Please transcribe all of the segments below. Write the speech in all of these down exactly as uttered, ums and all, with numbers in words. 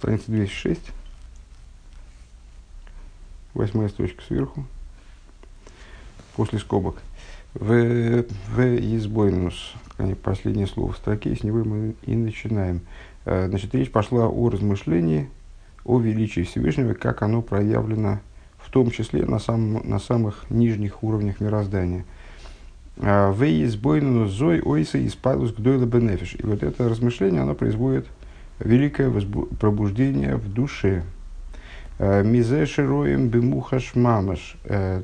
Страница двести шесть, восьмая строчка сверху, после скобок. В, в избойнус, последнее слово в строке, с него мы и начинаем. Значит, речь пошла о размышлении о величии Всевышнего, как оно проявлено в том числе на, самом, на самых нижних уровнях мироздания. В избойнус зой ойса и спадус гдойла бенефиш. И вот это размышление, оно производит великое возбу- пробуждение в душе. Мизе широем бемухаш мамаш.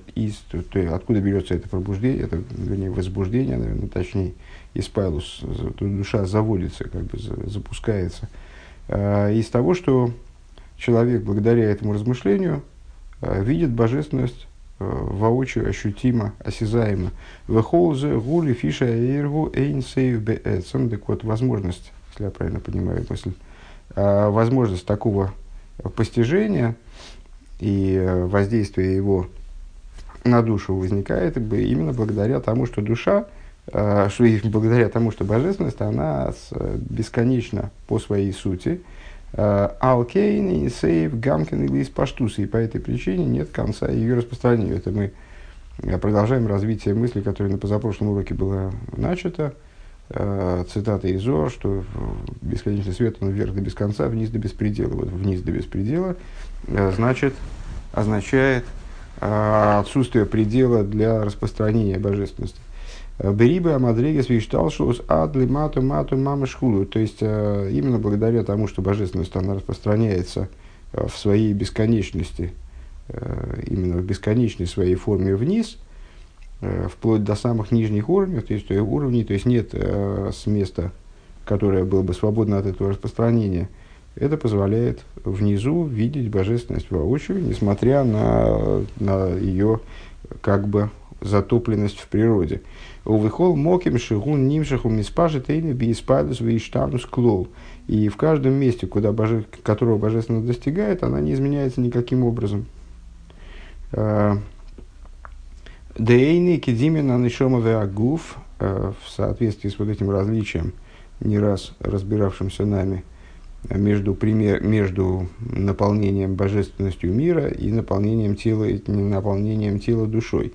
Откуда берется это пробуждение, это, вернее, возбуждение, наверное, точнее, испайлус, душа заводится, как бы запускается. Из того, что человек благодаря этому размышлению видит божественность воочию, ощутимо, осязаемо. Вехолзе гули фиша эйргу эйнсейв бээцем. Так вот, возможность, если я правильно понимаю мысль, возможность такого постижения и воздействия его на душу возникает именно благодаря тому, что душа, что благодаря тому, что божественность, она бесконечна по своей сути. Алкейн, Инсейв, Гамкин и Лис Паштуса. И по этой причине нет конца ее распространению. Это мы продолжаем развитие мысли, которая на позапрошлом уроке была начата. Цитата из Зоар, что бесконечный свет, он вверх до без конца, вниз до беспредела. Вот вниз до беспредела, значит, означает отсутствие предела для распространения божественности. Берибы Амадрегес Вишталшус Адли Мату Мату Мамашхулу. То есть, именно благодаря тому, что божественность, она распространяется в своей бесконечности, именно в бесконечной своей форме вниз, вплоть до самых нижних уровней, то есть уровней, то есть нет э, с места, которое было бы свободно от этого распространения, это позволяет внизу видеть божественность воочию, несмотря на, на ее как бы затопленность в природе. Увыхол моким шигун нимшаху миспаши тейны бииспадус вииштанус клол. И в каждом месте, куда боже, которого божественность достигает, она не изменяется никаким образом. Дейни кидимина нишомове агуф, в соответствии с вот этим различием, не раз разбиравшимся нами, между, пример, между наполнением божественностью мира и наполнением тела, наполнением тела душой.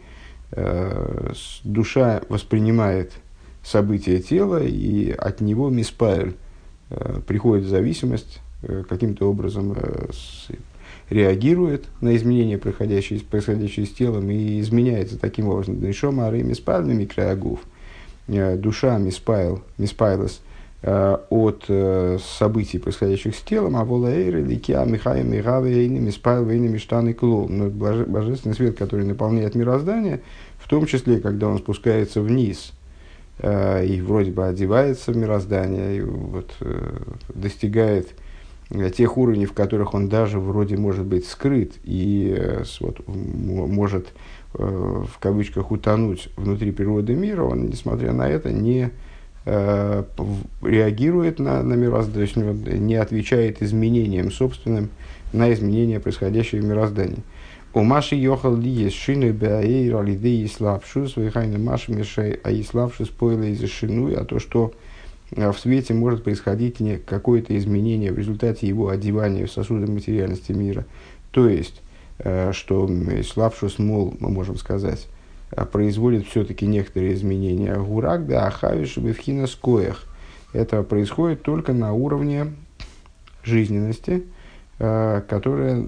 Душа воспринимает события тела, и от него миспайль, приходит в зависимость, каким-то образом реагирует на изменения, происходящие, происходящие с телом, и изменяется таким образом. Днешома ары миспайл микроагуф. Душа миспайл, миспайлас от событий, происходящих с телом, а волаэйры, ликия, михая, михавы, эйны, миспайл, вейны, миштаны, клол. Но божественный свет, который наполняет мироздание, в том числе, когда он спускается вниз и вроде бы одевается в мироздание, и вот, достигает тех уровней, в которых он даже вроде может быть скрыт и вот, может в кавычках утонуть внутри природы мира, он, несмотря на это, не э, реагирует на, на мироздание, не отвечает изменениям собственным на изменения, происходящие в мироздании. У Маши ехал ли есть шины беаэйр алидей иславшус, выхайна Маши мешай, а иславшус поила из шину, а то, что в свете может происходить какое-то изменение в результате его одевания в сосуды материальности мира. То есть, что славшус мол, мы можем сказать, производит все-таки некоторые изменения. Гурак да ахавиш бевхина скоях. Это происходит только на уровне жизненности, которая,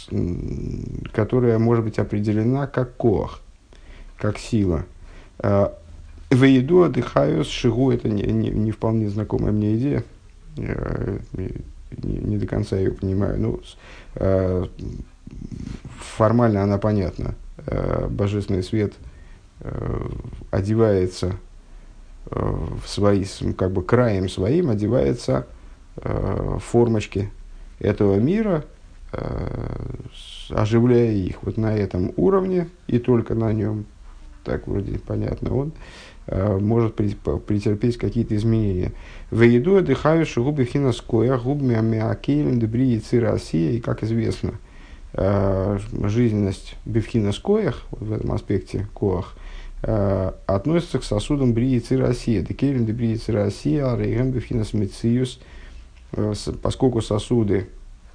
которая может быть определена как коах, как сила. Вейду отдыхаю с шигу, это не, не, не вполне знакомая мне идея, я не, не до конца ее понимаю, но э, формально она понятна. Э, божественный свет э, одевается э, в свои, как бы краем своим, одевается э, в формочки этого мира, э, оживляя их вот на этом уровне и только на нем, так вроде понятно, он может претерпеть какие-то изменения. Вейду отдыхаю шугубы финаскоя, губми амиакейлем дебри и цирасия. И, как известно, жизненность бифхинаскоях, в этом аспекте коах, относится к сосудам брии цирасия. Декейлем дебри и цирасия, рейгем бифхинас мециюс, поскольку сосуды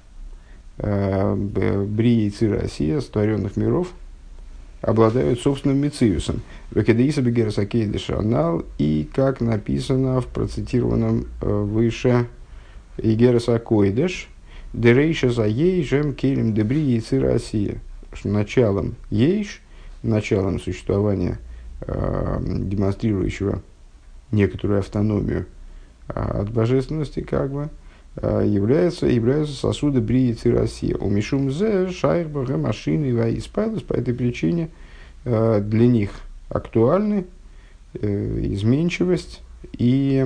Брии и Цира Россия, сотворенных миров, обладают собственным мециусом. Векедеиса бегерасакей дешанал, и как написано в процитированном выше Игерасакойдеш, дерейша за ейжем келем дебри и Цира Россия. Началом ейш, началом существования, демонстрирующего некоторую автономию от божественности, как бы, являются, являются сосуды брии цирасия. У мишум зе шайрба машины и ваиспайлус. По этой причине для них актуальны изменчивость и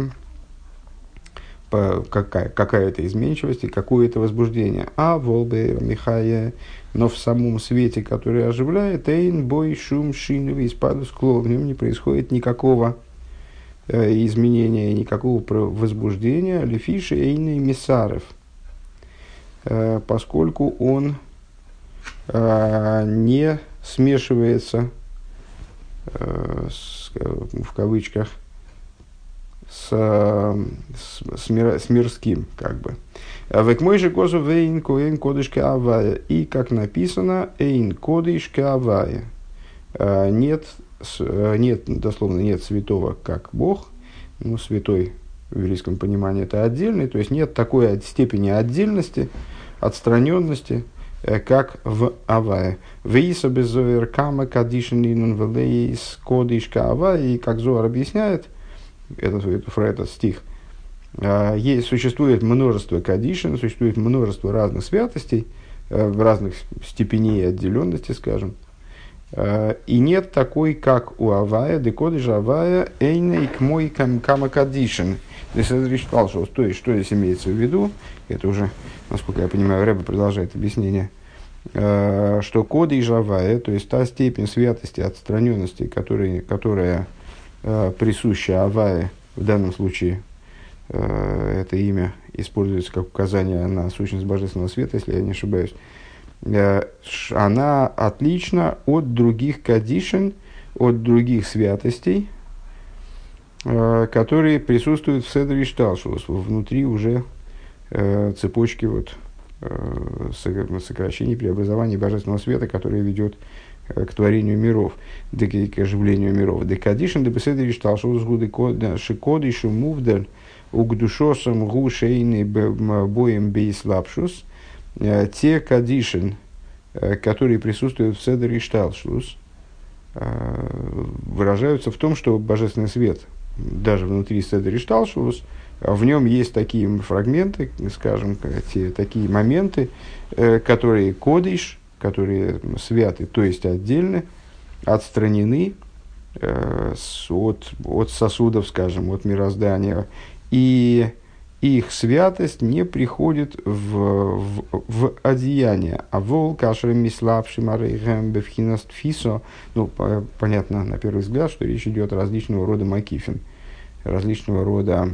какая, какая-то изменчивость и какое-то возбуждение. А волбе михая, но в самом свете, который оживляет, эйн бой шум шин ваиспайлус кло, в нем не происходит никакого изменения, никакого возбуждения, лефиши эйны миссарев, поскольку он не смешивается, с, в кавычках, с, с, с, мир, с мирским, как бы. Век мой же козу вейн коэн кодышке авая, и как написано эйн кодышке авая, нет Нет, дословно, нет святого, как Бог. Ну, святой в еврейском понимании это отдельный. То есть нет такой степени отдельности, отстраненности, как в Авае. Вейса безовер кама кадишин инун велейс кодишка Авае. И как Зоар объясняет, этот, этот стих, есть, существует множество кадишин, существует множество разных святостей, в разных степеней отделенности, скажем. И нет такой, как у Авая, декодыш Авая, эйней к мой камакадишин. То есть, что здесь имеется в виду, это уже, насколько я понимаю, Рэбе продолжает объяснение, что кодыш Авая, то есть та степень святости, отстраненности, которая, которая присуща Авае, в данном случае это имя используется как указание на сущность божественного света, если я не ошибаюсь, она отлична от других кадишин, от других святостей, которые присутствуют в Седер Ишталшус, внутри уже цепочки вот, сокращений, преобразований божественного света, который ведет к творению миров, к оживлению миров. Декадишин, дебеседер Ишталшус, гуды шикодишу мувдаль, угдушосам гушейны боем бейслапшус. Те кадишин, которые присутствуют в Седер Ишталшус, выражаются в том, что божественный свет, даже внутри Седер Ишталшус, в нем есть такие фрагменты, скажем, те, такие моменты, которые кодиш, которые святы, то есть отдельны, отстранены от, от сосудов, скажем, от мироздания, и их святость не приходит в, в, в одеяние. А вол кашерем миславшим арейхем бевхинаст фисо. Ну, по, понятно, на первый взгляд, что речь идет о различного рода макифин, различного рода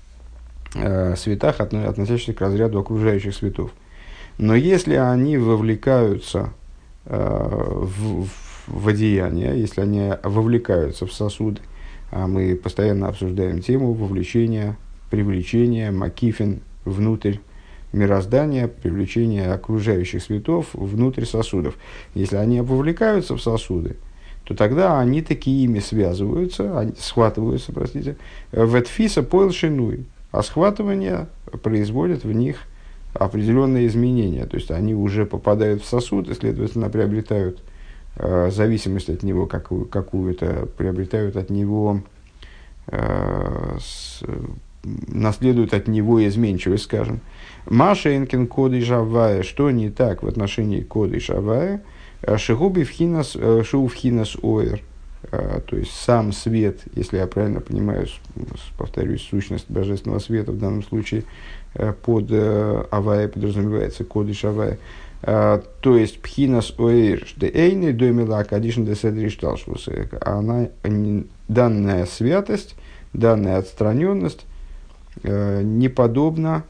э, светах, отно, относящихся к разряду окружающих светов. Но если они вовлекаются э, в, в одеяние, если они вовлекаются в сосуды, а мы постоянно обсуждаем тему вовлечения, привлечение макифин внутрь мироздания, привлечение окружающих светов внутрь сосудов. Если они вовлекаются в сосуды, то тогда они такие ими связываются, они схватываются, простите, в этфиса пойл шинуй, а схватывание производит в них определенные изменения. То есть они уже попадают в сосуд и, следовательно, приобретают э, зависимость от него, какую, какую-то, приобретают от него э, с, наследуют от него изменчивость, скажем. Машенкин коды жавая, что не так в отношении коды жавая, шигуби вхинас, шоу вхинас оэр, то есть сам свет, если я правильно понимаю, повторюсь, сущность божественного света в данном случае под авая подразумевается коды жавая, то есть пхинас оэр, де эйны домила кадишн де седришталшус, она данная святость, данная отстраненность не подобно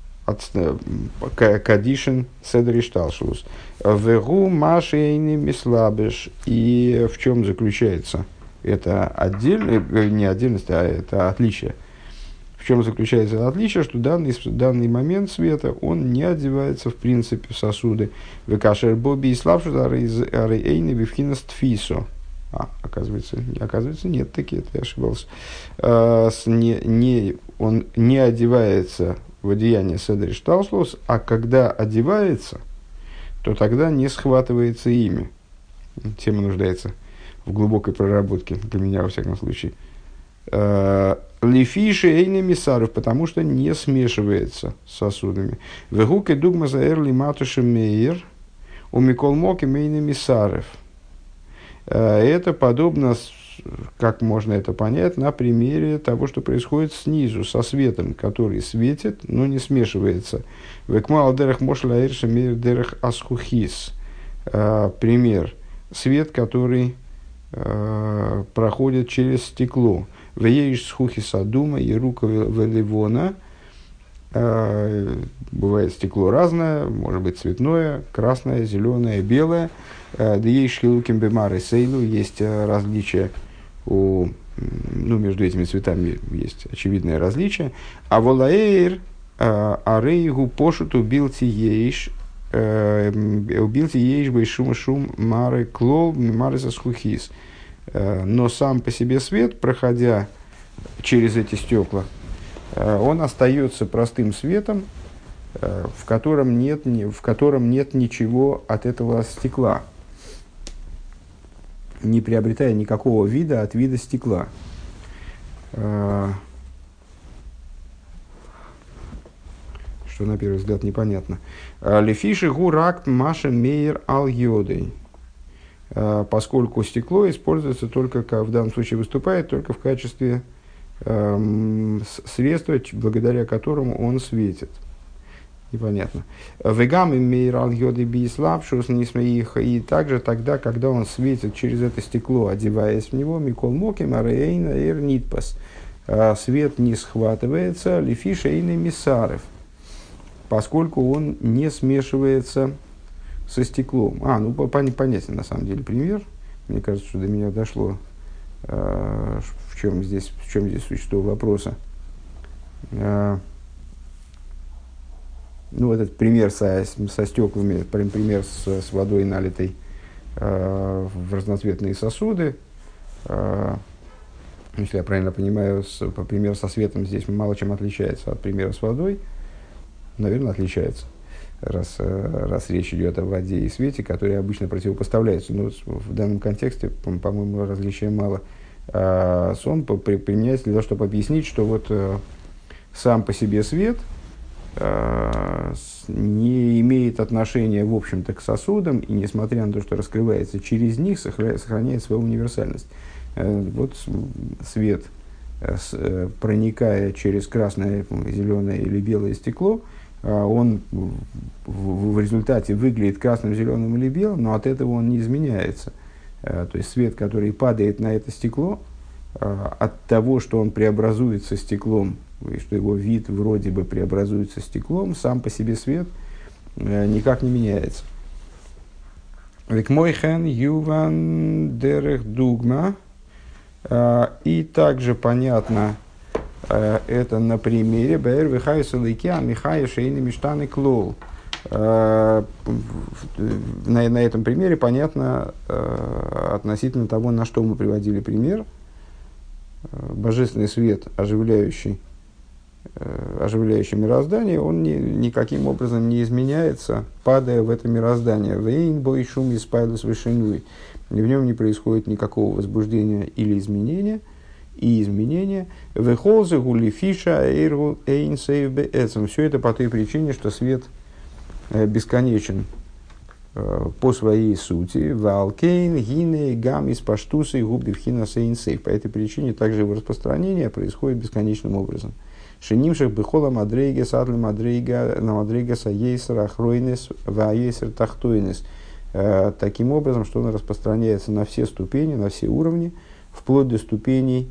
кадишин седер ишталшус. Вегу машейни мислабеш. И в чем заключается это отдельность, не отдельность, а это отличие? В чем заключается отличие, что данный, данный момент света, он не одевается в принципе в сосуды. Векашер боби и славшут арейны бифхинас тфисо. А, оказывается, оказывается, нет, такие, я ошибался. А, с, не, не, он не одевается в одеяние седри шталшлос, а когда одевается, то тогда не схватывается ими. Тема нуждается в глубокой проработке, для меня, во всяком случае. Лифиши эйны мисаров, потому что не смешивается с сосудами. Вегуке дугма заэрли матуши мейер, у Микол Моки мейны мисаров. Это подобно, как можно это понять, на примере того, что происходит снизу, со светом, который светит, но не смешивается. Векмал дерех мошла эрши мейер дерех асхухис. Пример. Свет, который э, проходит через стекло. Вееш схухи садума и рука веливона. Э, бывает стекло разное, может быть цветное, красное, зеленое, белое. Дееш хилуким бемары сейлу. Есть различия у, ну, между этими цветами есть очевидное различие. А волаэйр арейгу пошуту билти ейш. Убился ейшбой шум шум мары клол мары сасхухис. Но сам по себе свет, проходя через эти стекла, он остается простым светом, в котором нет, в котором нет ничего от этого стекла, не приобретая никакого вида от вида стекла. Что на первый взгляд непонятно. Лефиши гурак маша мейер ал йодой. Поскольку стекло используется только, в данном случае выступает только в качестве э, средства, благодаря которому он светит. Непонятно. Вегам мейер ал йодой бийславшус нисмеих. И также тогда, когда он светит через это стекло, одеваясь в него, микол моким арейна эр нитпас. Свет не схватывается, лефиши эйны мисарев, поскольку он не смешивается со стеклом. А, ну понятен на самом деле пример. Мне кажется, что до меня дошло, э, в чем здесь, в чем здесь существо вопроса. Э, ну, этот пример со, со стеклами, пример с, с водой, налитой э, в разноцветные сосуды. Э, если я правильно понимаю, с, пример со светом здесь мало чем отличается от примера с водой. Наверное, отличается, раз, раз речь идет о воде и свете, которые обычно противопоставляются. Но в данном контексте, по- по-моему, различия мало. А сон применяется для того, чтобы объяснить, что вот а, сам по себе свет а, с, не имеет отношения, в общем-то, к сосудам, и, несмотря на то, что раскрывается через них, сохраняет, сохраняет свою универсальность. А, вот свет, а, с, а, проникая через красное, зеленое или белое стекло, он в результате выглядит красным, зеленым или белым, но от этого он не изменяется. То есть свет, который падает на это стекло, от того, что он преобразуется стеклом, и что его вид вроде бы преобразуется стеклом, сам по себе свет никак не меняется. Викмойхен юван дерех дугма. И также понятно это на примере Бэр Вихай Салыки, а Михай Шейны Миштаны Клоу. На, на этом примере понятно относительно того, на что мы приводили пример. Божественный свет, оживляющий, оживляющий мироздание, он ни, никаким образом не изменяется, падая в это мироздание. Вейн бой шум из пайдус вышинуй. В нем не происходит никакого возбуждения или изменения. И изменения. Вехолзе гулифиша эйргу эйнсейвбе эцем. Все это по той причине, что свет бесконечен по своей сути. Валкейн, гине, гам, из паштусы, губи вхина сейнсейв. По этой причине также его распространение происходит бесконечным образом. Шенимших бихола мадрейга, садли мадрейга, на мадрейга саейсер, ахройнес, ваейсер, тахтойнес. Таким образом, что он распространяется на все ступени, на все уровни, вплоть до ступеней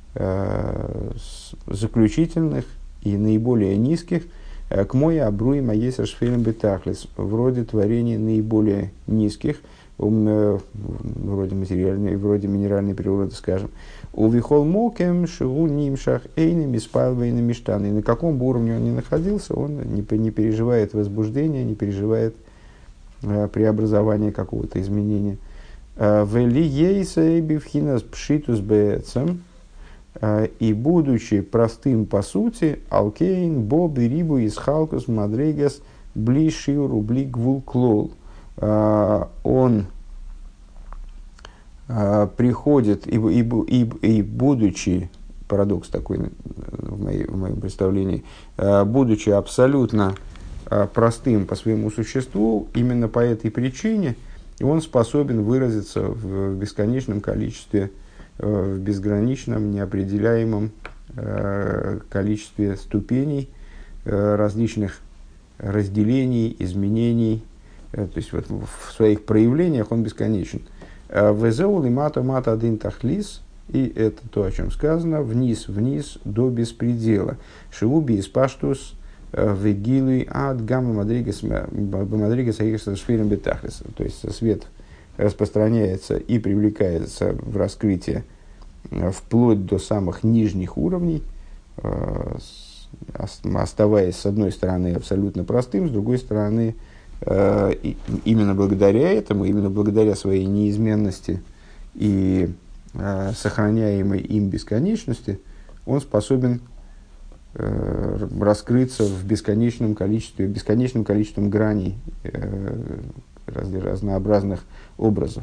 заключительных и наиболее низких, к мой абруи маесер шфелем бетахлис, вроде творений наиболее низких, вроде материальной, вроде минеральной природы, скажем. Увихол мокем шигу нимшах эйнами спалвейными штаны. И на каком бы уровне он ни находился, он не, не переживает возбуждения, не переживает э, преобразования какого-то изменения. Вели ейсей бифхинас пшитус бецем. И будучи простым по сути, алкейн, боб, рибу, исхалкус, мадрегас, бли шиуру, бли гвул клол. Он приходит, и, и, и, и будучи, парадокс такой в, моей, в моем представлении, будучи абсолютно простым по своему существу, именно по этой причине он способен выразиться в бесконечном количестве, в безграничном, неопределяемом количестве ступеней, различных разделений, изменений. То есть вот в своих проявлениях он бесконечен. Везеул и мата мата один тахлис, и это то, о чем сказано, вниз, вниз до беспредела. Шиуби из паштус вегилуй ад гамма мадригас мадригас аихсашфирим бетахлис. То есть свет распространяется и привлекается в раскрытие вплоть до самых нижних уровней, оставаясь с одной стороны абсолютно простым, с другой стороны именно благодаря этому, именно благодаря своей неизменности и сохраняемой им бесконечности, он способен раскрыться в бесконечном количестве, бесконечным количеством граней разнообразных образов.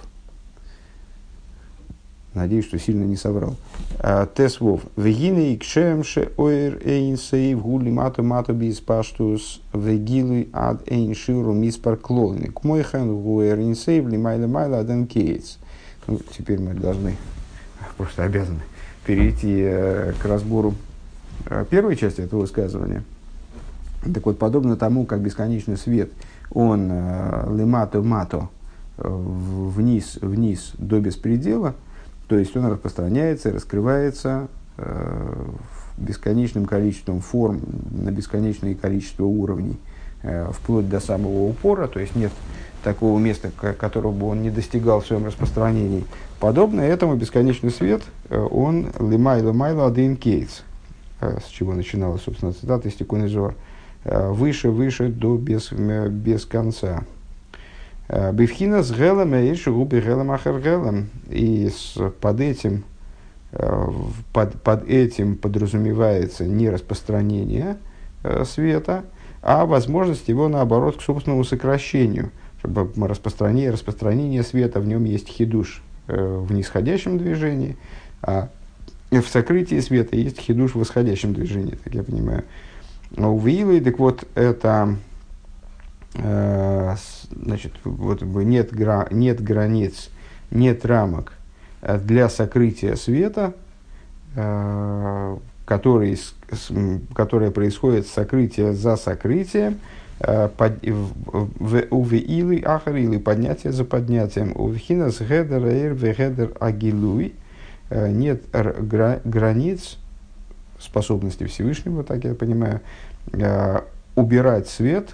Надеюсь, что сильно не соврал. Тесвов. Вегины и кшемше ойр эйнсей в гули мату мату бис паштус вегилы ад эйн ширу миспар клоны. К мой хэн гуэр эйнсей в лимайла майла аден кейтс. Теперь мы должны, просто обязаны, перейти э, к разбору э, первой части этого высказывания. Так вот, подобно тому, как бесконечный свет, он лимату мату вниз, вниз до беспредела, то есть он распространяется, раскрывается э, бесконечным количеством форм, на бесконечное количество уровней, э, вплоть до самого упора, то есть нет такого места, которого бы он не достигал в своем распространении. Подобно этому бесконечный свет, э, он лимайла майла адин кейтс, э, с чего начиналась, собственно, цитата из Тикун Зоар, э, выше, выше до без, без конца. Бифхина с гелом, эйши губи гелом ахер гелом. И под этим, под, под этим подразумевается не распространение света, а возможность его, наоборот, к собственному сокращению. Чтобы распространение, распространение света, в нем есть хидуш в нисходящем движении, а в сокрытии света есть хидуш в восходящем движении, так я понимаю. У Вилы, так вот, это... Значит, вот нет, гра, нет границ, нет рамок для сокрытия света, который, которое происходит сокрытие за сокрытием, увеилы ахарилы, поднятие за поднятием, увхинас гедер эйр вегедер агилуй, нет границ способности Всевышнего, так я понимаю, убирать свет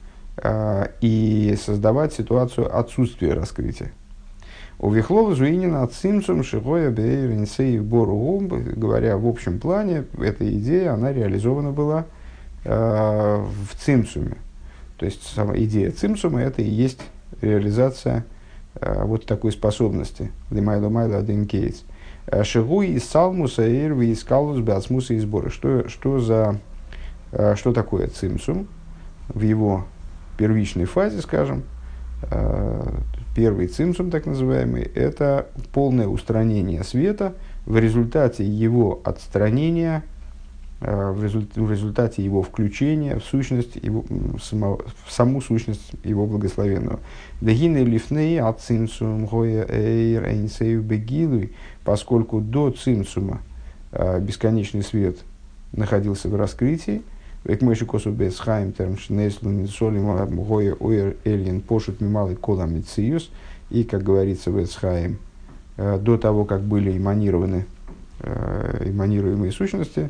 и создавать ситуацию отсутствия раскрытия. У Вихлова Зуинина от Цимцум Шигоя Бейринсей Бору, говоря в общем плане, эта идея, она реализована была э, в Цимцуме. То есть сама идея Цимцума — это и есть реализация э, вот такой способности. Лимайла майла один кейс. Шигуи из Салмуса Эйрви из Калус Беацмуса и сбора. Что, что, за, э, что такое Цимцум в его первичной фазе, скажем, первый цимсум, так называемый, это полное устранение света в результате его отстранения, в результате, в результате его включения в сущность, его, само, в саму сущность его благословенного. Дагины лифней от цимсум гоя эйр эйнсею бегилуй, поскольку до цимсума бесконечный свет находился в раскрытии, как мы еще косу без хайм терм шнеслун солим гоя оир эльин пошут мималый коламициюс, и, как говорится в Эцхайм, до того, как были эманированы эманируемые сущности,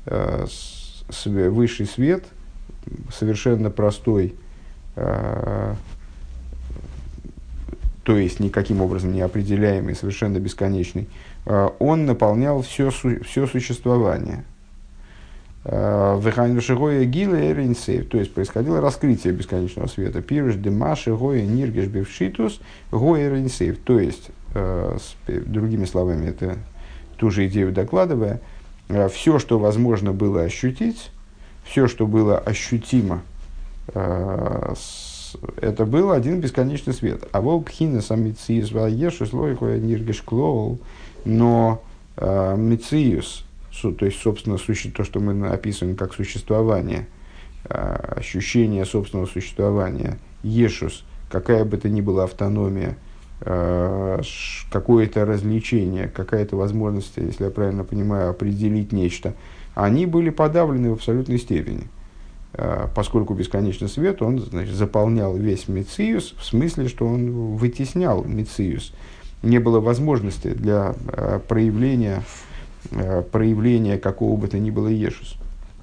высший свет, совершенно простой, то то есть никаким образом не определяемый, совершенно бесконечный, он наполнял все, все существование. Вехайнушигоя гила эринсейв, то есть происходило раскрытие бесконечного света. Пируш демаши гоя ниргеш бевшитус гоя эринсейв, то есть, другими словами, это ту же идею докладывая, все, что возможно было ощутить, все, что было ощутимо, это был один бесконечный свет. А волпхина самициус ваешу слойкоя ниргеш клоул, но мициус, то есть, собственно, суще, то, что мы описываем как существование, ощущение собственного существования, ешус, какая бы то ни была автономия, какое-то развлечение, какая-то возможность, если я правильно понимаю, определить нечто, они были подавлены в абсолютной степени. Поскольку бесконечный свет, он, значит, заполнял весь мециус, в смысле, что он вытеснял мециус. Не было возможности для проявления, проявления какого бы то ни было ешус.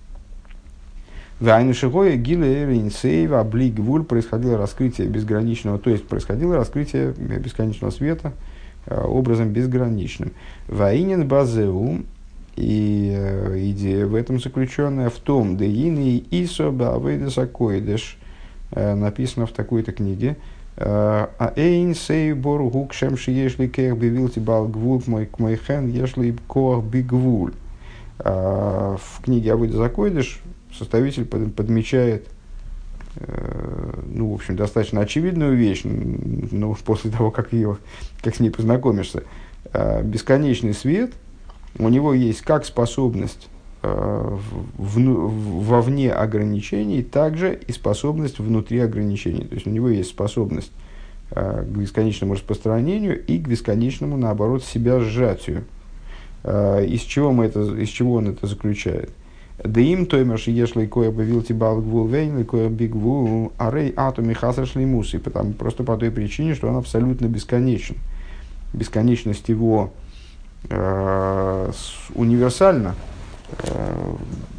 В Айнушигое Гиле Инсейва Блигвуль происходило раскрытие безграничного, то есть происходило раскрытие бесконечного света образом безграничным. В Айнин Базеу, и идея в этом заключенная в том, Деини Исо Бавейдес Акоидеш, написано в такой-то книге, А эйн сей бору гукшем шиешли кех бивилти бал гвул мой мой хен ешли коах бигвуль. В книге Авойдес Акоидеш составитель подмечает, ну, в общем, достаточно очевидную вещь, но после того, как, ее, как с ней познакомишься. Бесконечный свет, у него есть как способность вовне ограничений, также и способность внутри ограничений. То есть у него есть способность к бесконечному распространению и к бесконечному, наоборот, себя сжатию. Из чего, мы это, из чего он это заключает? Да им тоймаш ешли кое бавилти балгвул вейн, кое бигвул арей атоми хасашли мусы, потому просто по той причине, что он абсолютно бесконечен. Бесконечность его э, универсальна, э,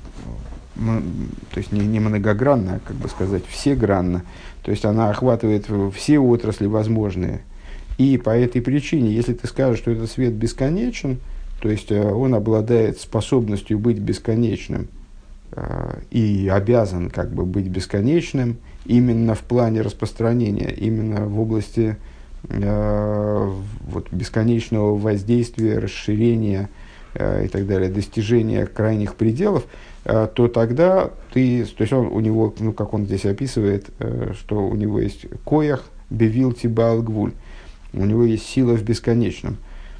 м, то есть не, не многогранна, а, как бы сказать, всегранна. То есть она охватывает все отрасли возможные. И по этой причине, если ты скажешь, что этот свет бесконечен, то есть он обладает способностью быть бесконечным э, и обязан как бы быть бесконечным именно в плане распространения, именно в области э, вот, бесконечного воздействия, расширения э, и так далее, достижения крайних пределов, э, то тогда ты, то есть он, у него, ну, как он здесь описывает, э, что у него есть коях бевилти балгвуль, у него есть сила в бесконечном.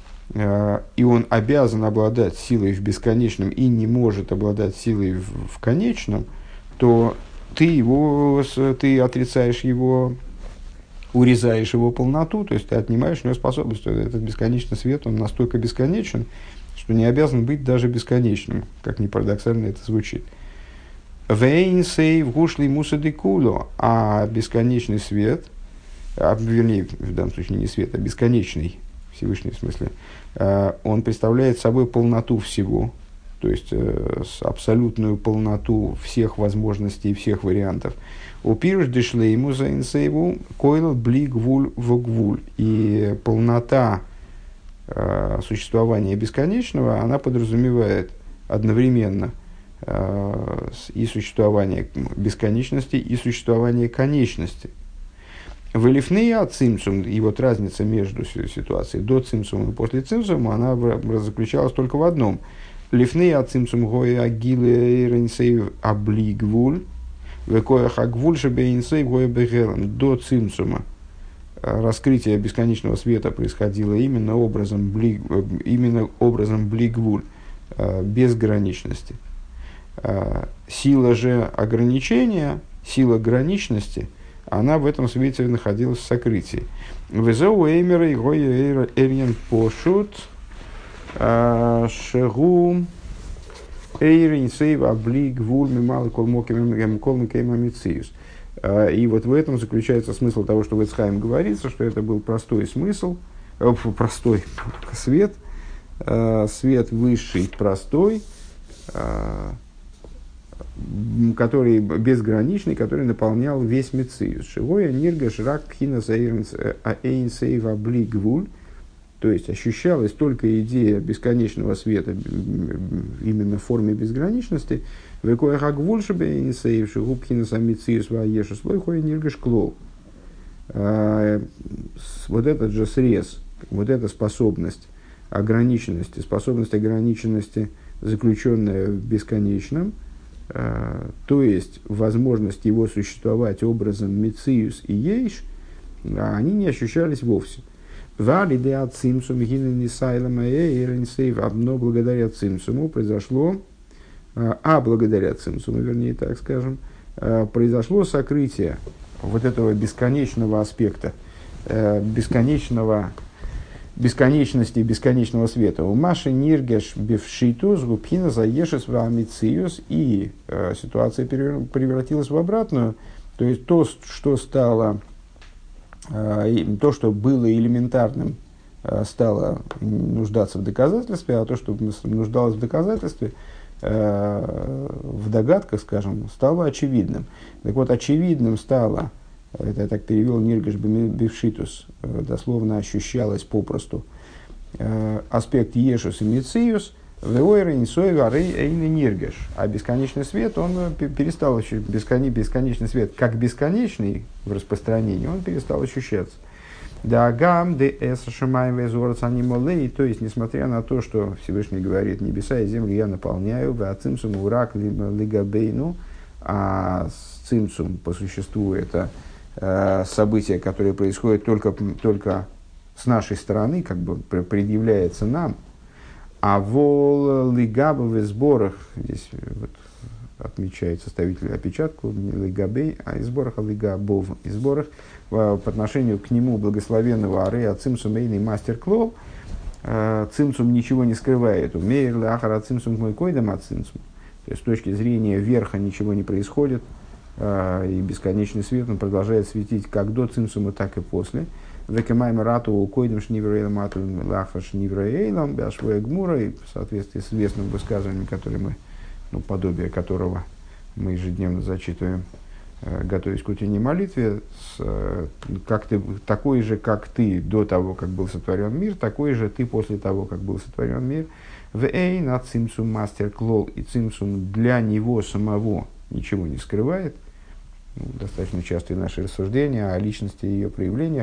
И он обязан обладать силой в бесконечном и не может обладать силой в, в конечном, то ты, его, ты отрицаешь его, урезаешь его полноту, то есть ты отнимаешь у него способность. Этот бесконечный свет, он настолько бесконечен, что не обязан быть даже бесконечным, как ни парадоксально это звучит. Вейнсей в гушли мусадикуло, а бесконечный свет, а, вернее, в данном случае не свет, а бесконечный, Всевышний в смысле, он представляет собой полноту всего, то есть абсолютную полноту всех возможностей, всех вариантов. У пируш дешлей ему за инсейву койл бли гвуль в гвуль. И полнота существования бесконечного, она подразумевает одновременно и существование бесконечности, и существование конечности. Вылифные от цимсум, и вот разница между ситуацией до цимсума и после цимсума, она заключалась только в одном. Лифные от цимсум гоя агиле рейнсейв облигвуль, векоях агвуль шебейнсейв гоя бегелем. До цимсума раскрытие бесконечного света происходило именно образом, блиг, именно образом блигвуль, безграничности. Сила же ограничения, сила граничности, она в этом свете находилась в сокрытии. Везеу эймера и гоя эрьен пошут шегу эйрин сейв абли гвуль мимал колмикейма мициус. И вот в этом заключается смысл того, что в Эцхайм говорится, что это был простой смысл, э, простой свет, э, свет высший, простой, э, который безграничный, который наполнял весь мециус. Шигоя ниргаш рак пхина эйнсейва блигвуль. То есть ощущалась только идея бесконечного света именно в форме безграничности. Векоя хагвуль шебе эйнсейв шигу пхина самициус ваешу слой хоя ниргаш клол. Вот этот же срез, вот эта способность ограниченности, способность ограниченности, заключенная в бесконечном, то есть возможность его существовать образом мециус и ейш, они не ощущались вовсе. Но благодаря цимсуму произошло, а благодаря цимсуму, вернее так скажем, произошло сокрытие вот этого бесконечного аспекта, бесконечного, бесконечности, бесконечного света. У Маши ниргеш бифшитус губхина заешес вамициус, и э, ситуация превратилась в обратную, то есть то, что стало, э, то, что было элементарным, э, стало нуждаться в доказательстве, а то, что нуждалось в доказательстве, в догадках, скажем, стало очевидным. Так вот, очевидным стало, это я так перевел, ниргаш бифшитус, дословно ощущалось попросту, аспект ешус и мециус, веойра нисой варей эйны ниргаш. А бесконечный свет, он перестал, бесконечный свет, как бесконечный в распространении, он перестал ощущаться. Да, гам, де эс шамаем везорц анимолей, то есть, несмотря на то, что Всевышний говорит, небеса и землю я наполняю, в ацимсум урак лигабейну, а цимсум по существу это э, событие, которое происходит только, только с нашей стороны, как бы предъявляется нам, а вол лигаба в сборах, здесь вот, отмечает составитель опечатку, не лигабей, а из сборах, а лигабов из сборах, по отношению к нему благословенного арея цимсум эйный мастер клол, цимсум ничего не скрывает. Умеер ли ахара цимсум мой койдам от цимсум. То есть с точки зрения верха ничего не происходит, и бесконечный свет он продолжает светить как до цимсума, так и после. Векемайм рату койдам шниврейлам ату лахар шниврейлам бяшвоя гмура, и в соответствии с известным высказыванием, которое мы, ну, подобие которого мы ежедневно зачитываем, готовясь к утренней молитве, с, как ты, такой же, как ты до того, как был сотворен мир, такой же ты после того, как был сотворен мир. В эй на цимсум мастер клол, и цимсум для него самого ничего не скрывает. Ну, достаточно частые наши рассуждения о личности и ее проявлениях,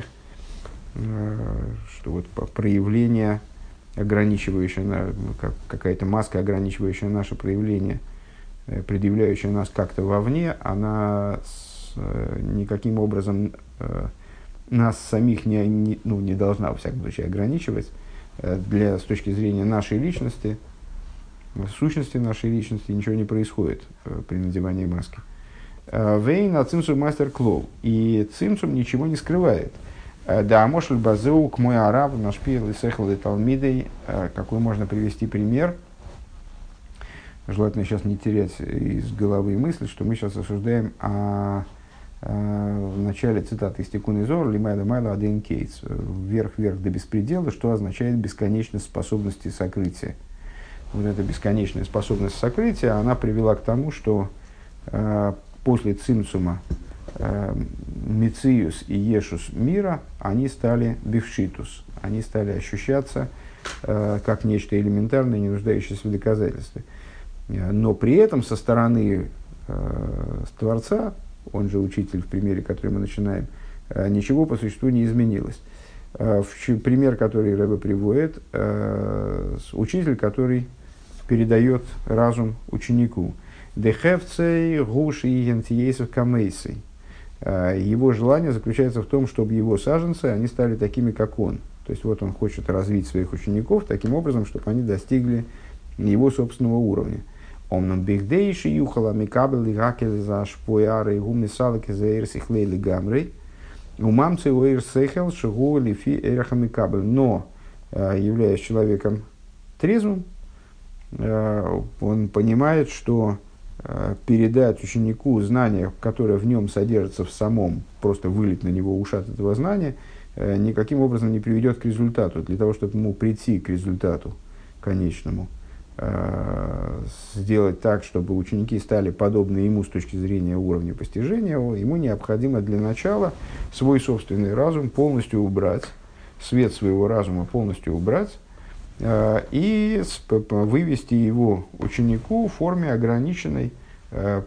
что вот проявление, ограничивающее, как, какая-то маска, ограничивающая наше проявление, предъявляющая нас как-то вовне, она с, э, никаким образом э, нас самих не, не, ну, не должна, во всяком случае, ограничивать э, для, с точки зрения нашей личности, сущности нашей личности ничего не происходит э, при надевании маски. Вейн, а цимсум мастер клоу. И цимсум ничего не скрывает. Да, мошль базеу к мой араб, наш пил и сехал и талмидей. Какой можно привести пример? Желательно сейчас не терять из головы мысль, что мы сейчас осуждаем о, о, в начале цитаты из Тикун Изор «Лимайла майла аден кейтс» «Вверх-вверх до беспредела», что означает бесконечность способности сокрытия. Вот эта бесконечная способность сокрытия, она привела к тому, что э, после цимцума э, Мециус и Ешус мира, они стали бифшитус, они стали ощущаться э, как нечто элементарное, не нуждающееся в доказательстве. Но при этом со стороны э, Творца, он же учитель, в примере, который мы начинаем, э, ничего по существу не изменилось. Э, в, пример, который Ребе приводит, э, учитель, который передает разум ученику. Дехевцей гуши и гентиесов камейсей. Его желание заключается в том, чтобы его саженцы, они стали такими, как он. То есть вот он хочет развить своих учеников таким образом, чтобы они достигли его собственного уровня. Омном бигдейши юхала микабел и гакели за шпояры и гуми салаки за эрсихлейли гамрей. Умамцы уэр сехел шигу лифи эрха микабел. Но, являясь человеком трезвым, он понимает, что передать ученику знание, которое в нем содержится в самом, просто вылить на него ушат этого знания, никаким образом не приведет к результату. Для того, чтобы ему прийти к результату конечному, э, сделать так, чтобы ученики стали подобны ему с точки зрения уровня постижения, ему необходимо для начала свой собственный разум полностью убрать, свет своего разума полностью убрать, э, и вывести его ученику в форме ограниченной, э,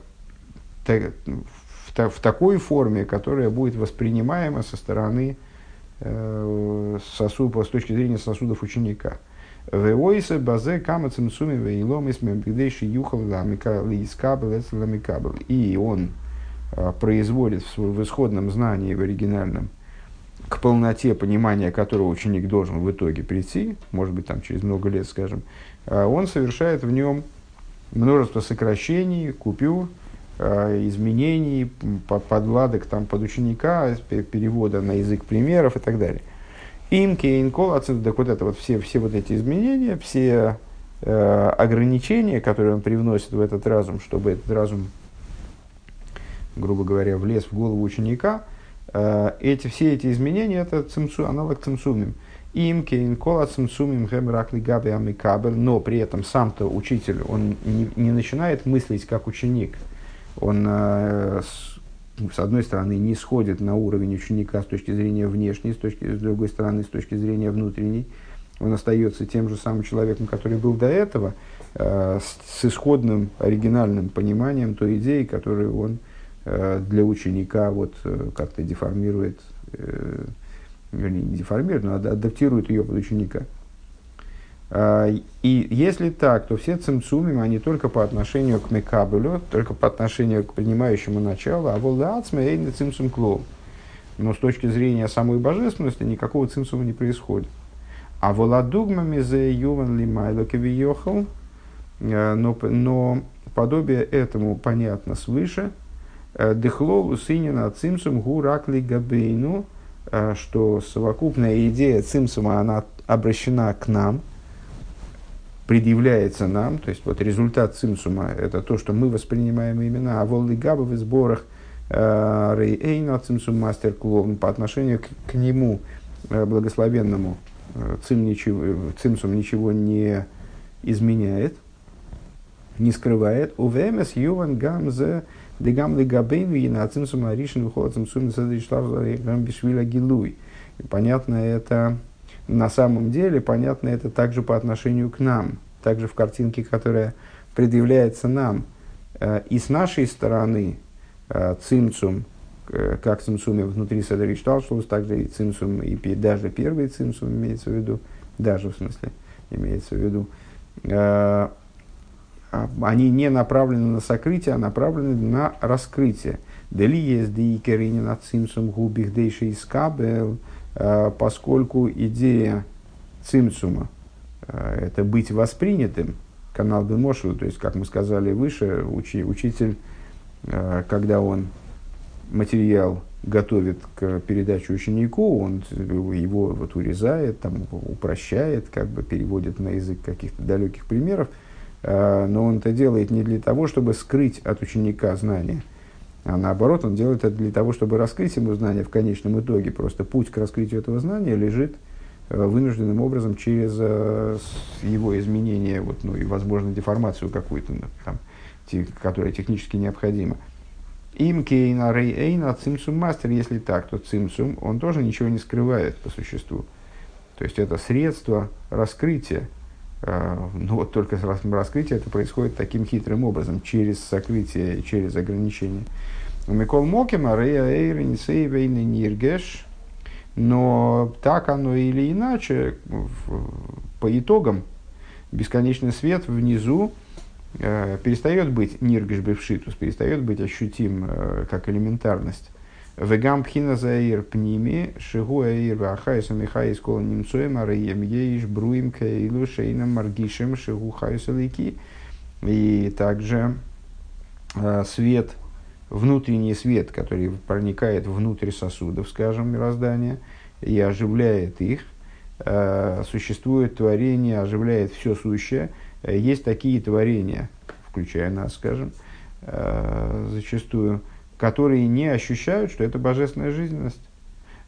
в, в такой форме, которая будет воспринимаема со стороны сосудов, с точки зрения сосудов ученика. Веойсе базе кама цимцуми вейлом исмебигдейши юхал лискабл эцламикабл. И он производит в, в исходном знании, в оригинальном, к полноте понимания которого ученик должен в итоге прийти, может быть, там, через много лет, скажем, он совершает в нем множество сокращений, купюр, изменений, подладок там, под ученика, перевода на язык примеров и так далее. Им кейнкол отсюда, так вот это вот все, все вот эти изменения, все э, ограничения, которые он привносит в этот разум, чтобы этот разум, грубо говоря, влез в голову ученика, э, эти, все эти изменения это цимцу, аналог цимцумим. Им кейнкол цимцумим гемракли габи амикабель, но при этом сам-то учитель, он не, не начинает мыслить как ученик. Он, э, с, с одной стороны, не сходит на уровень ученика с точки зрения внешней, с, точки, с другой стороны, с точки зрения внутренней. Он остается тем же самым человеком, который был до этого, э, с, с исходным, оригинальным пониманием той идеи, которую он э, для ученика вот, э, как-то деформирует, э, вернее, не деформирует, но адаптирует ее под ученика. И если так, то все цимцумим, они только по отношению к мекабелю, только по отношению к принимающему началу, а волдаацме эйн цимцум клоу. Но с точки зрения самой божественности никакого цимцума не происходит. А воладугмами зе юван лимайло кевиёхал, но, но подобие этому понятно свыше. Дехлову сынина цимцум гуракли габейну, что совокупная идея цимцума, она обращена к нам, предъявляется нам, то есть вот результат цимсума это то, что мы воспринимаем именно, а волны габа в сборах рейэйна цимсум мастер клоун по отношению к, к нему благословенному цим ничего, цимсум ничего не изменяет, не скрывает. Увемес юван гамзе дегам легабейну и на цимсум аришин выходит цимсум садришлав бишвиля гилуй. Понятно это. На самом деле, понятно, это также по отношению к нам, также в картинке, которая предъявляется нам. И с нашей стороны цимцум, как цимцуме внутри Седер Ишталшус, также и цимцум, и даже первый цимцум имеется в виду, даже в смысле имеется в виду, они не направлены на сокрытие, а направлены на раскрытие. Дели есть диикерини на цимцум губих дейши искабел, поскольку идея цимцума – это быть воспринятым, канал Бемошел, то есть, как мы сказали выше, учи, учитель, когда он материал готовит к передаче ученику, он его вот урезает, там, упрощает, как бы переводит на язык каких-то далеких примеров, но он это делает не для того, чтобы скрыть от ученика знания, а наоборот, он делает это для того, чтобы раскрыть ему знание в конечном итоге. Просто путь к раскрытию этого знания лежит вынужденным образом через его изменение, вот, ну, и, возможно, деформацию какую-то, там, те, которая технически необходима. Им кейна рей эйна цимсум мастер, если так, то цимсум, он тоже ничего не скрывает по существу. То есть это средство раскрытия. Ну вот только раскрытие это происходит таким хитрым образом, через сокрытие, через ограничение. Микол Мокима, Рея Эйрин, Сейвейн, Ниргеш. Но так оно или иначе, по итогам, бесконечный свет внизу э, перестает быть ниргеш бевшитус, перестает быть ощутим э, как элементарность. Вегам пхина заир пними, шигу аир вахайса михайс кола немцоем, ареем еиш бруим кейлу шейном маргишем шигу хайсалики. И также э, свет, внутренний свет, который проникает внутрь сосудов, скажем, мироздания, и оживляет их. Э, существует творение, оживляет все сущее. Э, есть такие творения, включая нас, скажем, э, зачастую, которые не ощущают, что это божественная жизненность.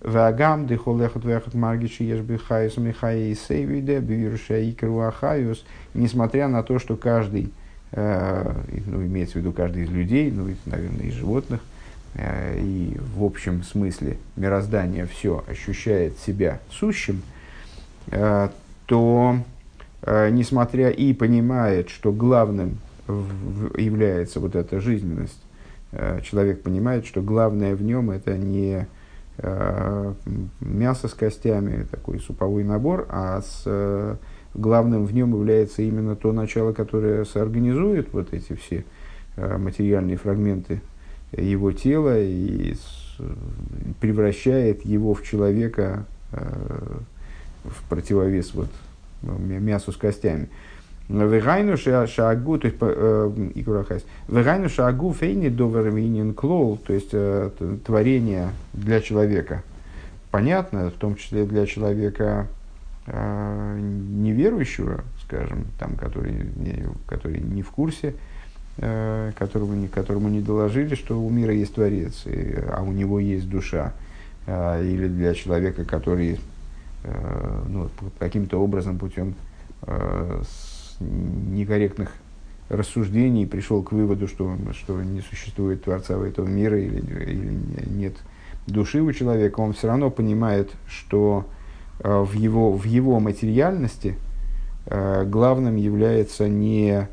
Вагам дыхолехот вехот маргичи ешбихайс михай сейвиде бивируша икру ахайус. Несмотря на то, что каждый, э, ну, имеется в виду каждый из людей, ну, и, наверное, из животных, э, и в общем смысле мироздания все ощущает себя сущим, э, то, э, несмотря и понимает, что главным в, является вот эта жизненность, э, человек понимает, что главное в нем это не э, мясо с костями, такой суповой набор, а с, э, главным в нем является именно то начало, которое соорганизует вот эти все э, материальные фрагменты его тела и с, превращает его в человека э, в противовес вот, мясу с костями. Вегайну шаагу, то есть вегайну шаагу фейни довервинин клол, то есть творение для человека. Понятно, в том числе для человека э, неверующего, скажем, там, который, не, который не в курсе, э, которому, не, которому не доложили, что у мира есть Творец, и, а у него есть душа. Э, или для человека, который э, ну, каким-то образом путем э, с некорректных рассуждений пришел к выводу, что, что не существует Творца в этого мира или, или нет души у человека, он все равно понимает, что э, в, его, в его материальности э, главным является не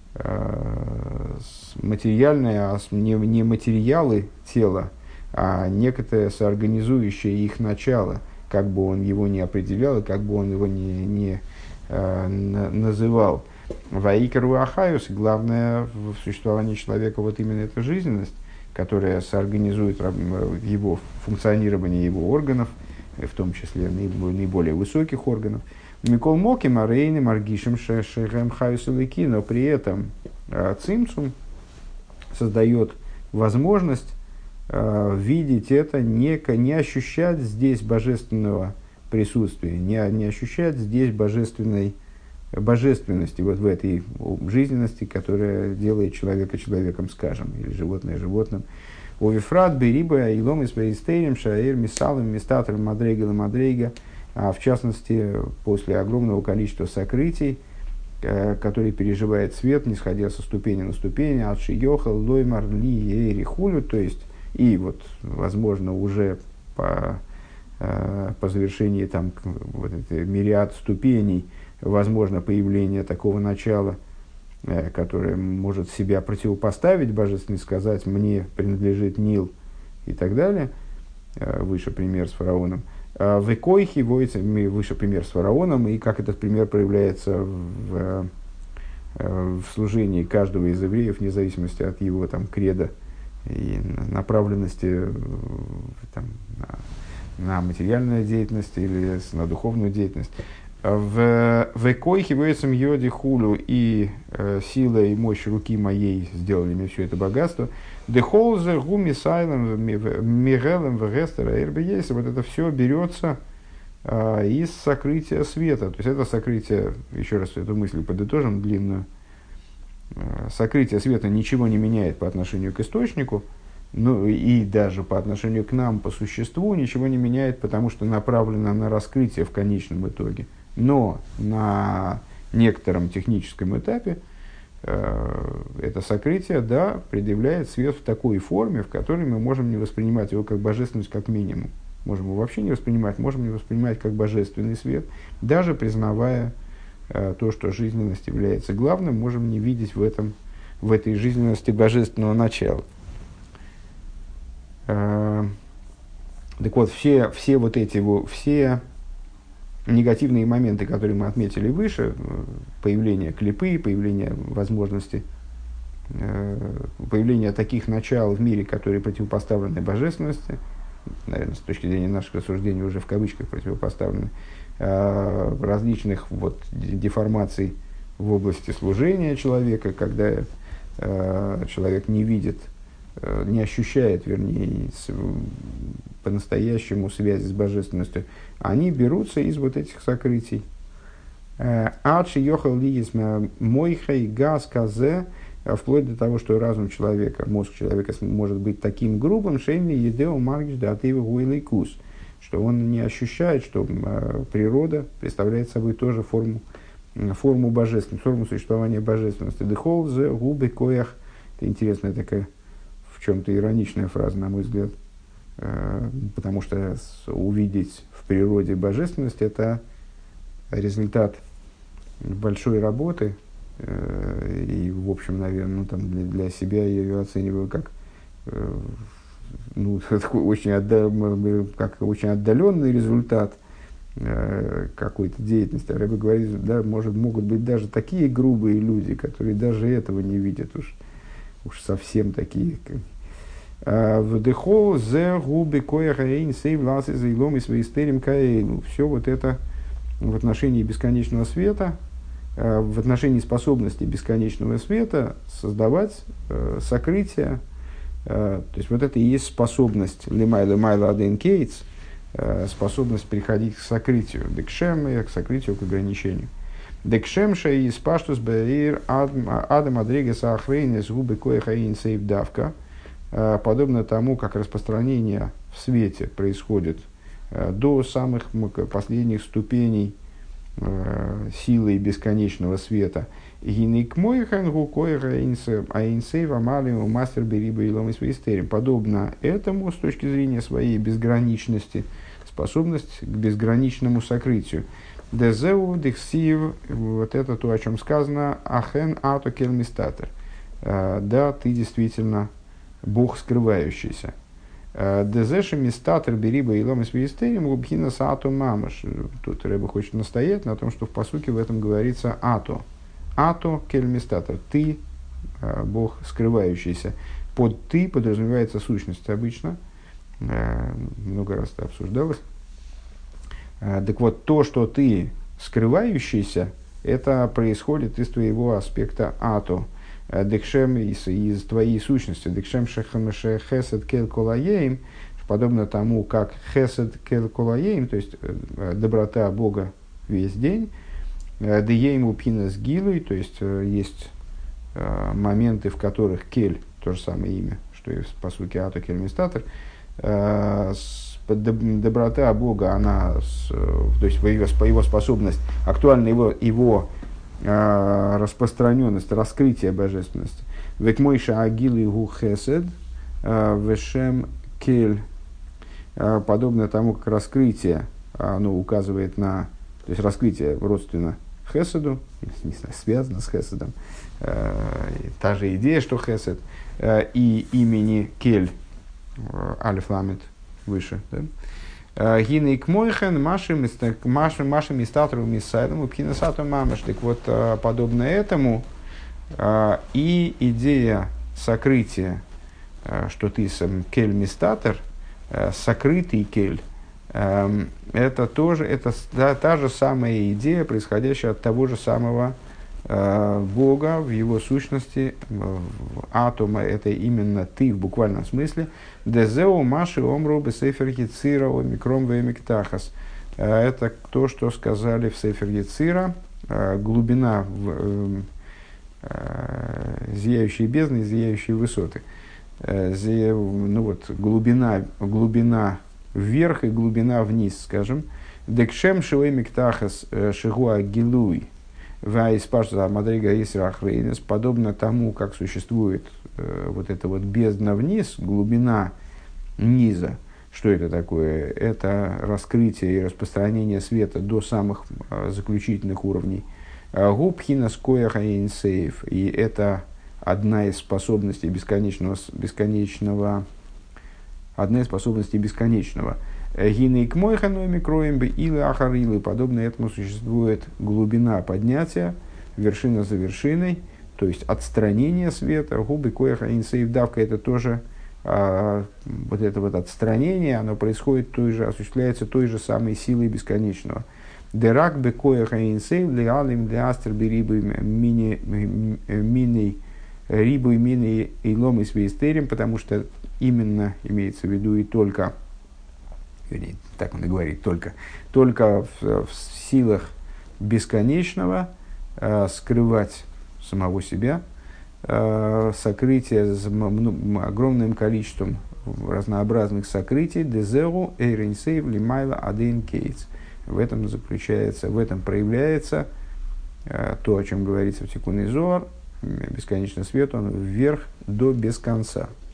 э, материальное, а не, не материалы тела, а некое соорганизующее их начало, как бы он его ни определял, и как бы он его ни, ни э, называл. Ваикару Ахаюс, главное в существовании человека вот именно эта жизненность, которая соорганизует его функционирование его органов, в том числе наиболее высоких органов. Микол Моки, Марейны, Маргишем, Шехем, Хайсулыки, но при этом цимцум создает возможность видеть это, не, не ощущать здесь божественного присутствия, не, не ощущать здесь божественной божественности вот в этой жизненности, которая делает человека человеком, скажем, или животное животным. Овифрат, Бериба, Илом, Испейстерим, Шаэр, Мисалом, Мистатор, Мадрейга, Мадрейга, а в частности, после огромного количества сокрытий, которые переживает свет, не сходя со ступени на ступень, от Шиёхал, Лоймар, Ли, Эйри, Хулю, то есть, и вот, возможно, уже по, по завершении там, вот этой мириад ступеней, возможно появление такого начала, э, которое может себя противопоставить божественной, сказать «мне принадлежит Нил» и так далее, э, выше пример с фараоном. Э, в Экойхе вводится выше пример с фараоном, и как этот пример проявляется в, э, в служении каждого из евреев, вне зависимости от его там, кредо и направленности э, там, на, на материальную деятельность или на духовную деятельность. В Экойхе воицам йоди хулю и э, сила и мощь руки моей сделали мне все это богатство. Дехолзе гуми сайлем мирелем вегестера эрбеейса. Вот это все берется э, из сокрытия света. То есть это сокрытие, еще раз эту мысль подытожим длинную. Э, сокрытие света ничего не меняет по отношению к источнику. Ну и даже по отношению к нам по существу ничего не меняет, потому что направлено на раскрытие в конечном итоге. Но на некотором техническом этапе э, это сокрытие, да, предъявляет свет в такой форме, в которой мы можем не воспринимать его как божественность как минимум. Можем его вообще не воспринимать, можем не воспринимать как божественный свет, даже признавая э, то, что жизненность является главным, можем не видеть в, этом, в этой жизненности божественного начала. Э, так вот, все, все вот эти все негативные моменты, которые мы отметили выше, появление клипы, появление возможности, появление таких начал в мире, которые противопоставлены божественности, наверное, с точки зрения наших рассуждений уже в кавычках противопоставлены, различных вот, деформаций в области служения человека, когда человек не видит, не ощущает, вернее, по-настоящему связи с божественностью, они берутся из вот этих сокрытий. Адши йохал лиес мойхай газ казе, вплоть до того, что разум человека, мозг человека может быть таким грубым, шейни едео маргиш да атева гуэлейкус, что он не ощущает, что э, природа представляет собой тоже форму, э, форму божественности, форму существования божественности. Дехол зе губы коях. Это интересная такая, в чем-то ироничная фраза, на мой взгляд, э, потому что увидеть в природе божественность – это результат большой работы, э, и, в общем, наверное, ну, там, для, для себя я ее оцениваю как, э, ну, такой очень, отда- как очень отдаленный результат э, какой-то деятельности. Рэбе говорит, да, может, могут быть даже такие грубые люди, которые даже этого не видят, уж, уж совсем такие. Вдыхол зе губы кояхаэйн сейв ласы заилом и свои стерим каэйну. Все вот это в отношении бесконечного света, в отношении способности бесконечного света создавать э, сокрытие. Э, то есть вот это и есть способность лимайла майла аден кейтс, э, способность приходить к сокрытию, декшем, к сокрытию, к ограничению. Декшем шей из паштус бэир адам адрегес ахрейнес губы кояхаин сейв давка, подобно тому, как распространение в свете происходит э, до самых последних ступеней силой бесконечного света. Подобно этому, с точки зрения своей безграничности, способность к безграничному сокрытию. Дезеу дихсив, вот это то, о чем сказано, ахен ато кельмистатер. Да, ты действительно Бог скрывающийся. Дезеши мистатер бериба и ломис виестерим губхина саату мамаш. Тут Рэбе хочет настоять на том, что в пасуке в этом говорится ато. Ато кель мистатер. Ты, Бог скрывающийся. Под ты подразумевается сущность обычно. Много раз это обсуждалось. Так вот, то, что ты скрывающийся, это происходит из твоего аспекта ато. Декшем из, из твоей сущности, декшем шехамеше хесед кель колаеем, подобно тому, как хесед кель колаеем, то есть доброта Бога весь день, деем упинас гилой, то есть есть моменты, в которых кель, то же самое имя, что и по сути ато кель мистатер, доброта Бога, она, то есть его, его способность, актуальна его, его распространенность, раскрытие божественности. Век мойша агилы гу хесед, вешем кель, подобно тому, как раскрытие, оно указывает на, то есть раскрытие родственно хеседу, не знаю, связано с хеседом, та же идея, что хесед, и имени кель, алиф ламет выше, да? Гинейк мойхен машим мистатру миссайдом упхинасату мамаш. Так вот, подобно этому и идея сокрытия, что ты сам кель мистатер, сокрытый кель, это тоже это та, та же самая идея, происходящая от того же самого Бога в его сущности, в атома, это именно ты в буквальном смысле. Дезеу маши омру бесефер Яцира омикром вемиктахас. Это то, что сказали в Сефер Яцира, глубина в, зияющей бездны, зияющей высоты. Зия, ну вот, глубина, глубина вверх и глубина вниз, скажем. Декшем шивемиктахас шигуа гилуй. Подобно тому, как существует э, вот эта вот бездна вниз, глубина низа. Что это такое? Это раскрытие и распространение света до самых э, заключительных уровней. Губхина скояха инсейф. И это одна из способностей бесконечного, бесконечного, одна из способностей бесконечного. Гиней к мойханоми кроем бы или ахарилы. Подобно этому существует глубина поднятия, вершина за вершиной, то есть отстранение света. Губы коеха инсейв давка, это тоже а, вот это вот отстранение, оно происходит той же, осуществляется той же самой силой бесконечного. Дерак бы коеха инсейв леалим леастер би рибы мини мини рибу мини и лом и свейстерим, потому что именно имеется в виду и только, вернее, так он и говорит, только, только в, в силах бесконечного э, скрывать самого себя, э, сокрытие с м, огромным количеством разнообразных сокрытий, дезеру эйренсейв лимайла адейн кейтс. В этом заключается, в этом проявляется э, то, о чем говорится в Тикуне Зоар, бесконечный свет, он вверх до без конца.